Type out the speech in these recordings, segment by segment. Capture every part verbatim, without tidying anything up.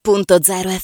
Punto zero F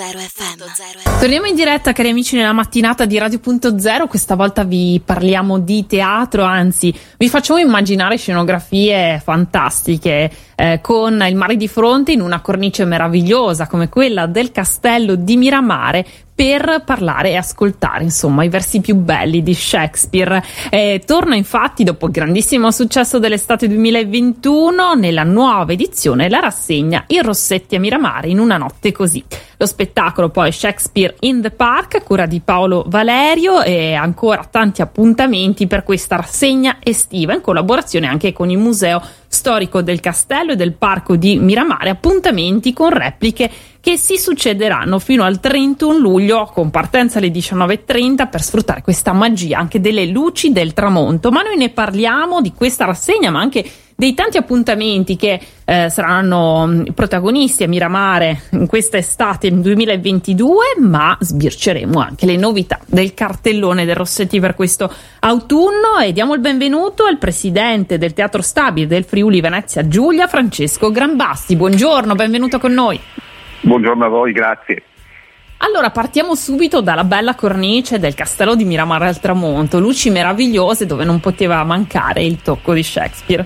M. Torniamo in diretta, cari amici, nella mattinata di Radio Punto Zero. Questa volta vi parliamo di teatro, anzi vi facciamo immaginare scenografie fantastiche eh, con il mare di fronte in una cornice meravigliosa come quella del Castello di Miramare, per parlare e ascoltare insomma i versi più belli di Shakespeare. Eh, torna infatti, dopo il grandissimo successo dell'estate duemilaventuno, nella nuova edizione la rassegna Il Rossetti a Miramare in una notte così. Lo spettacolo poi Shakespeare in the Park, a cura di Paolo Valerio, e ancora tanti appuntamenti per questa rassegna estiva in collaborazione anche con il Museo Storico del Castello e del Parco di Miramare. Appuntamenti con repliche che si succederanno fino al trentuno luglio, con partenza alle diciannove e trenta, per sfruttare questa magia anche delle luci del tramonto. Ma noi ne parliamo di questa rassegna, ma anche dei tanti appuntamenti che eh, saranno protagonisti a Miramare in questa estate duemilaventidue, ma sbirceremo anche le novità del cartellone del Rossetti per questo autunno, e diamo il benvenuto al presidente del Teatro Stabile del Friuli Venezia Giulia, Francesco Grambasti. Buongiorno, benvenuto con noi. Buongiorno a voi, grazie. Allora, partiamo subito dalla bella cornice del Castello di Miramare al tramonto, luci meravigliose dove non poteva mancare il tocco di Shakespeare.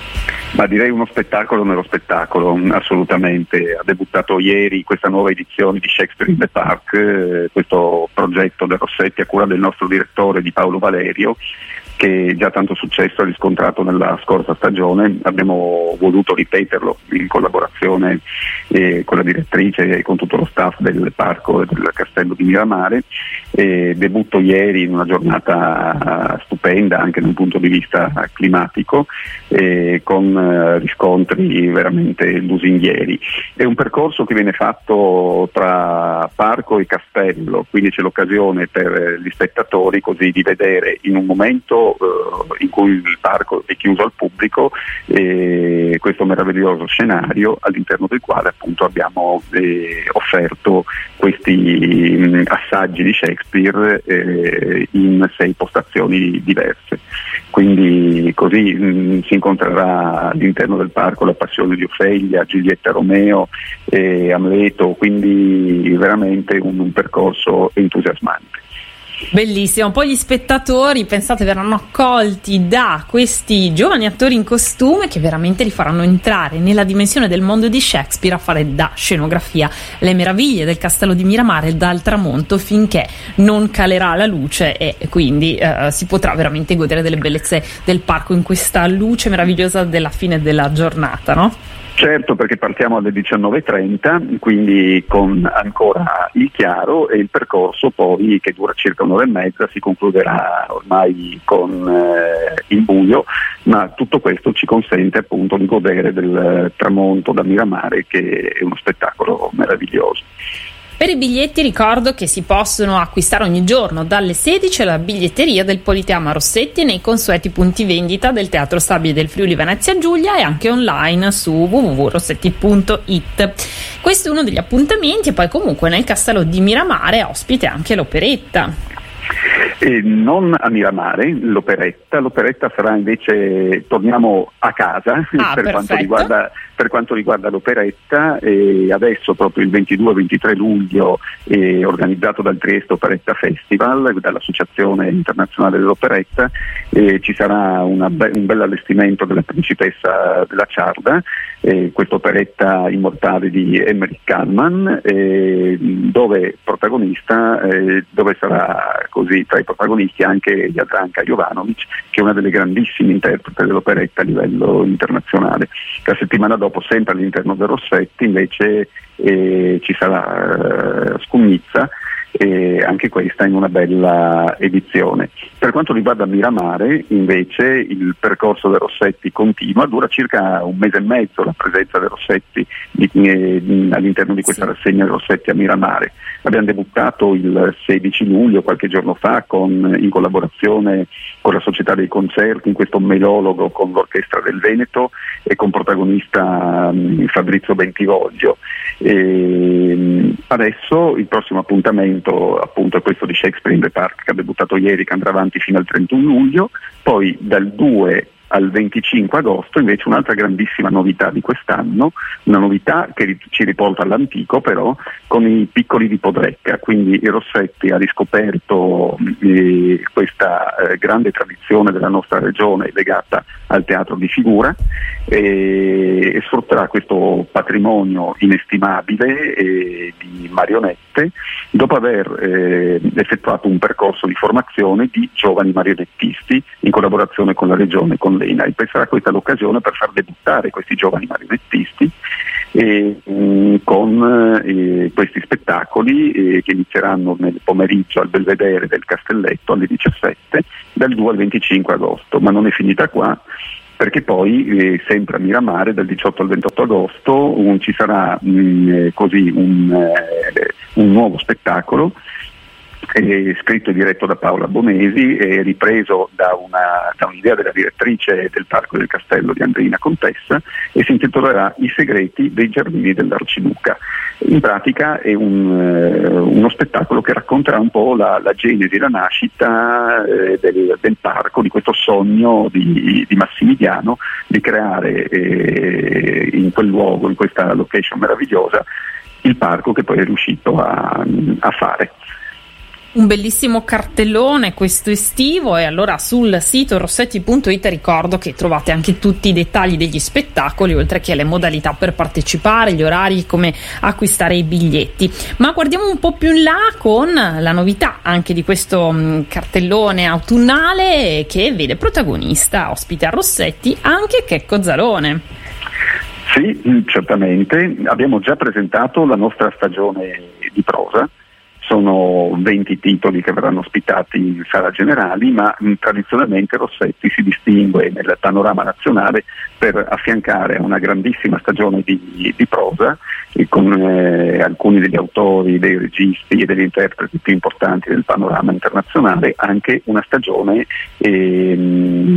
Ma direi uno spettacolo nello spettacolo, assolutamente. Ha debuttato ieri questa nuova edizione di Shakespeare in the Park, eh, questo progetto del Rossetti a cura del nostro direttore di Paolo Valerio, che già tanto successo ha riscontrato nella scorsa stagione. Abbiamo voluto ripeterlo in collaborazione eh, con la direttrice e con tutto lo staff del parco e del Castello di Miramare. Eh, debutto ieri in una giornata stupenda anche da un punto di vista climatico, eh, con eh, riscontri veramente lusinghieri. È un percorso che viene fatto tra parco e castello, quindi c'è l'occasione per gli spettatori così di vedere in un momento in cui il parco è chiuso al pubblico eh, questo meraviglioso scenario all'interno del quale appunto abbiamo eh, offerto questi mh, assaggi di Shakespeare eh, in sei postazioni diverse. Quindi così mh, si incontrerà all'interno del parco la passione di Ofelia, Giulietta Romeo e Amleto, quindi veramente un, un percorso entusiasmante. Bellissimo. Poi gli spettatori, pensate, verranno accolti da questi giovani attori in costume che veramente li faranno entrare nella dimensione del mondo di Shakespeare, a fare da scenografia le meraviglie del Castello di Miramare dal tramonto finché non calerà la luce, e quindi eh, si potrà veramente godere delle bellezze del parco in questa luce meravigliosa della fine della giornata, no? Certo, perché partiamo alle diciannove e trenta, quindi con ancora il chiaro, e il percorso poi, che dura circa un'ora e mezza, si concluderà ormai con eh, il buio, ma tutto questo ci consente appunto di godere del tramonto da Miramare, che è uno spettacolo meraviglioso. Per i biglietti ricordo che si possono acquistare ogni giorno dalle sedici alla biglietteria del Politeama Rossetti nei consueti punti vendita del Teatro Stabile del Friuli Venezia Giulia, e anche online su w w w punto rossetti punto i t. Questo è uno degli appuntamenti, e poi comunque nel Castello di Miramare ospite anche l'operetta. E non a Miramare, l'operetta. L'operetta sarà invece, torniamo a casa ah, per, quanto riguarda, per quanto riguarda l'operetta, e adesso proprio il ventidue ventitré luglio è organizzato dal Trieste Operetta Festival, dall'Associazione Internazionale dell'Operetta, e ci sarà una be- un bel allestimento della Principessa della Ciarda, eh, questa operetta immortale di Emmerich Kallman, eh, dove protagonista, eh, dove sarà così tra i protagonisti anche Jadranka Jovanovic, che è una delle grandissime interpreti dell'operetta a livello internazionale. La settimana dopo, sempre all'interno del Rossetti, invece eh, ci sarà eh, Scummizza, e anche questa in una bella edizione. Per quanto riguarda Miramare, invece, il percorso del Rossetti continua, dura circa un mese e mezzo la presenza del Rossetti di, eh, all'interno di questa sì. rassegna del Rossetti a Miramare. Abbiamo debuttato il sedici luglio, qualche giorno fa, con, in collaborazione con la Società dei Concerti, in questo melologo con l'Orchestra del Veneto e con protagonista um, Fabrizio Bentivoglio. E, adesso il prossimo appuntamento appunto è questo di Shakespeare in the Park, che ha debuttato ieri, che andrà avanti fino al trentuno luglio, poi dal due al venticinque agosto invece un'altra grandissima novità di quest'anno, una novità che ci riporta all'antico però con i piccoli di Podrecca, quindi il Rossetti ha riscoperto eh, questa eh, grande tradizione della nostra regione legata al teatro di figura e, e sfrutterà questo patrimonio inestimabile eh, di marionette dopo aver eh, effettuato un percorso di formazione di giovani marionettisti in collaborazione con la regione e con l'E N A I. E sarà questa l'occasione per far debuttare questi giovani marionettisti e, mh, con eh, questi spettacoli eh, che inizieranno nel pomeriggio al Belvedere del Castelletto alle diciassette dal due al venticinque agosto, ma non è finita qua, perché poi eh, sempre a Miramare dal diciotto al ventotto agosto un, ci sarà mh, così un, eh, un nuovo spettacolo eh, scritto e diretto da Paola Bonesi e ripreso da, una, da un'idea della direttrice del Parco del Castello di Andrina Contessa e si intitolerà I segreti dei giardini dell'Arciduca. In pratica è un, eh, uno spettacolo che racconterà un po' la, la genesi, la nascita eh, del, del parco, di questo sogno di, di Massimiliano di creare eh, in quel luogo, in questa location meravigliosa, il parco che poi è riuscito a, a fare. Un bellissimo cartellone questo estivo e allora sul sito rossetti punto it ricordo che trovate anche tutti i dettagli degli spettacoli oltre che le modalità per partecipare, gli orari, come acquistare i biglietti. Ma guardiamo un po' più in là con la novità anche di questo mh, cartellone autunnale che vede protagonista, ospite a Rossetti, anche Checco Zalone. Sì, certamente. Abbiamo già presentato la nostra stagione di prosa. Sono venti titoli che verranno ospitati in sala generali, ma mh, tradizionalmente Rossetti si distingue nel panorama nazionale per affiancare a una grandissima stagione di, di prosa e con eh, alcuni degli autori, dei registi e degli interpreti più importanti del panorama internazionale anche una stagione eh,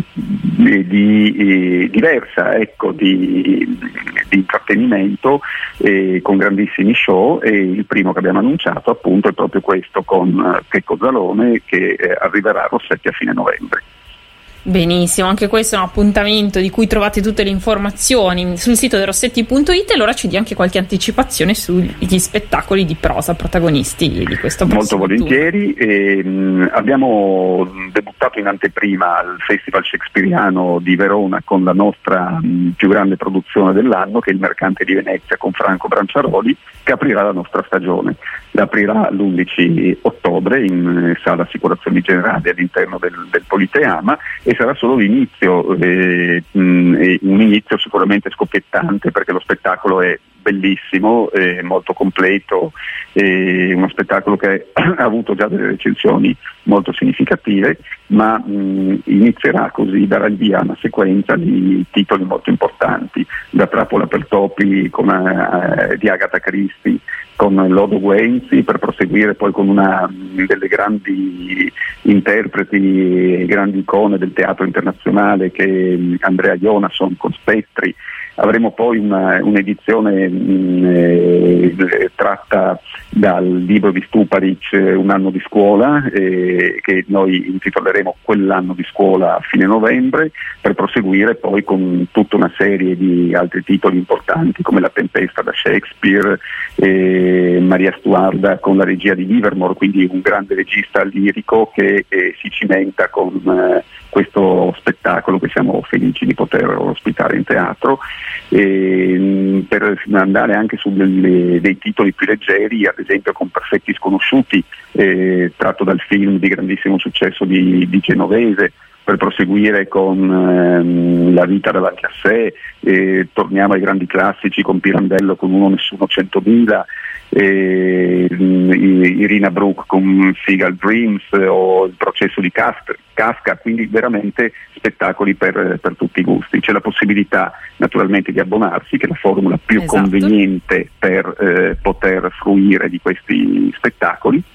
di, eh, diversa, ecco, di, di intrattenimento eh, con grandissimi show, e il primo che abbiamo annunciato appunto è proprio questo con Checco Zalone che eh, arriverà a Rossetti a fine novembre. Benissimo, anche questo è un appuntamento di cui trovate tutte le informazioni sul sito di rossetti punto it e allora ci dia anche qualche anticipazione sugli spettacoli di prosa protagonisti di questo prossimo Molto volentieri, e, mh, abbiamo debuttato in anteprima al Festival Shakespeariano di Verona con la nostra mh, più grande produzione dell'anno, che è Il Mercante di Venezia con Franco Branciaroli, che aprirà la nostra stagione. L'aprirà l'undici ottobre in Sala Assicurazioni Generali all'interno del, del Politeama e sarà solo l'inizio, eh, mh, un inizio sicuramente scoppiettante, perché lo spettacolo è bellissimo, è molto completo, è uno spettacolo che ha avuto già delle recensioni molto significative, ma mh, inizierà così, darà il via a una sequenza di titoli molto importanti, da Trappola per topi con, uh, di Agatha Christie con Lodo Guenzi, per proseguire poi con una delle grandi interpreti, grandi icone del teatro internazionale che è Andrea Jonasson con Spettri. Avremo poi una, un'edizione mh, eh, tratta dal libro di Stuparic, Un anno di scuola, eh, che noi intitoleremo Quell'anno di scuola a fine novembre, per proseguire poi con tutta una serie di altri titoli importanti come La tempesta da Shakespeare, eh, Maria Stuarda con la regia di Livermore, quindi un grande regista lirico che eh, si cimenta con eh, questo spettacolo che siamo felici di poter ospitare in teatro. E, per andare anche su delle, dei titoli più leggeri, ad esempio con Perfetti sconosciuti, eh, tratto dal film di grandissimo successo di, di Genovese, per proseguire con ehm, La vita davanti a sé, eh, torniamo ai grandi classici con Pirandello con Uno nessuno centomila, eh, Irina Brooke con Seagull Dreams o Il processo di Kafka, quindi veramente spettacoli per, per tutti i gusti. C'è la possibilità naturalmente di abbonarsi, che è la formula più esatto. conveniente per eh, poter fruire di questi spettacoli.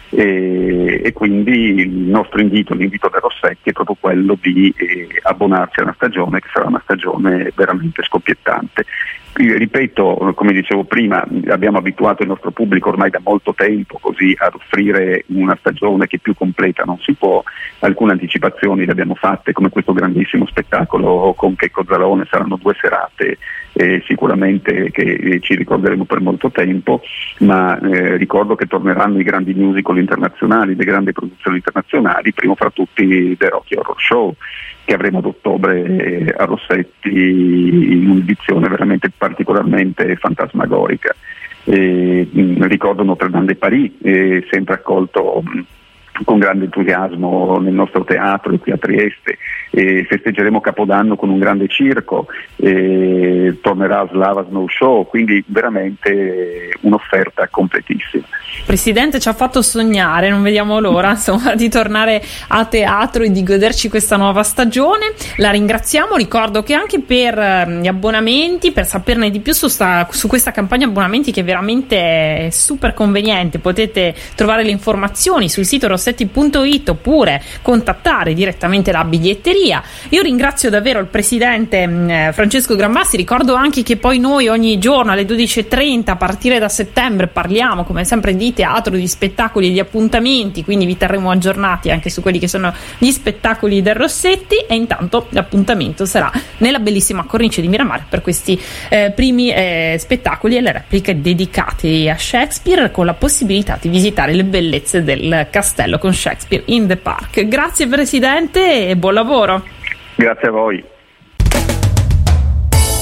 e, e quindi il nostro invito, l'invito del Rossetti è proprio quello di eh, abbonarsi a una stagione che sarà una stagione veramente scoppiettante. Ripeto, come dicevo prima, abbiamo abituato il nostro pubblico ormai da molto tempo così ad offrire una stagione che più completa non si può. Alcune anticipazioni le abbiamo fatte, come questo grandissimo spettacolo con Checco Zalone, saranno due serate eh, sicuramente che ci ricorderemo per molto tempo, ma eh, ricordo che torneranno i grandi musical internazionali, le grandi produzioni internazionali, primo fra tutti The Rocky Horror Show, che avremo ad ottobre a Rossetti in un'edizione veramente particolarmente fantasmagorica. Eh, ricordo Notre Dame de Paris, eh, sempre accolto mh, con grande entusiasmo nel nostro teatro qui a Trieste. Eh, festeggeremo Capodanno con un grande circo, eh, tornerà Slava Snow Show, quindi veramente un'offerta completissima. Presidente, ci ha fatto sognare, non vediamo l'ora insomma di tornare a teatro e di goderci questa nuova stagione. La ringraziamo, ricordo che anche per gli abbonamenti, per saperne di più su, sta, su questa campagna abbonamenti che è veramente super conveniente, potete trovare le informazioni sul sito rossetti punto it oppure contattare direttamente la biglietteria. Io ringrazio davvero il presidente mh, Francesco Grammassi, ricordo anche che poi noi ogni giorno alle dodici e trenta a partire da settembre parliamo come sempre di teatro, di spettacoli e di appuntamenti, quindi vi terremo aggiornati anche su quelli che sono gli spettacoli del Rossetti, e intanto l'appuntamento sarà nella bellissima cornice di Miramare per questi eh, primi eh, spettacoli e le repliche dedicate a Shakespeare, con la possibilità di visitare le bellezze del castello con Shakespeare in the Park. Grazie Presidente e buon lavoro. Grazie a voi.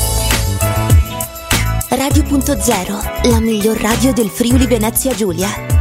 Radio punto zero, la miglior radio del Friuli Venezia Giulia.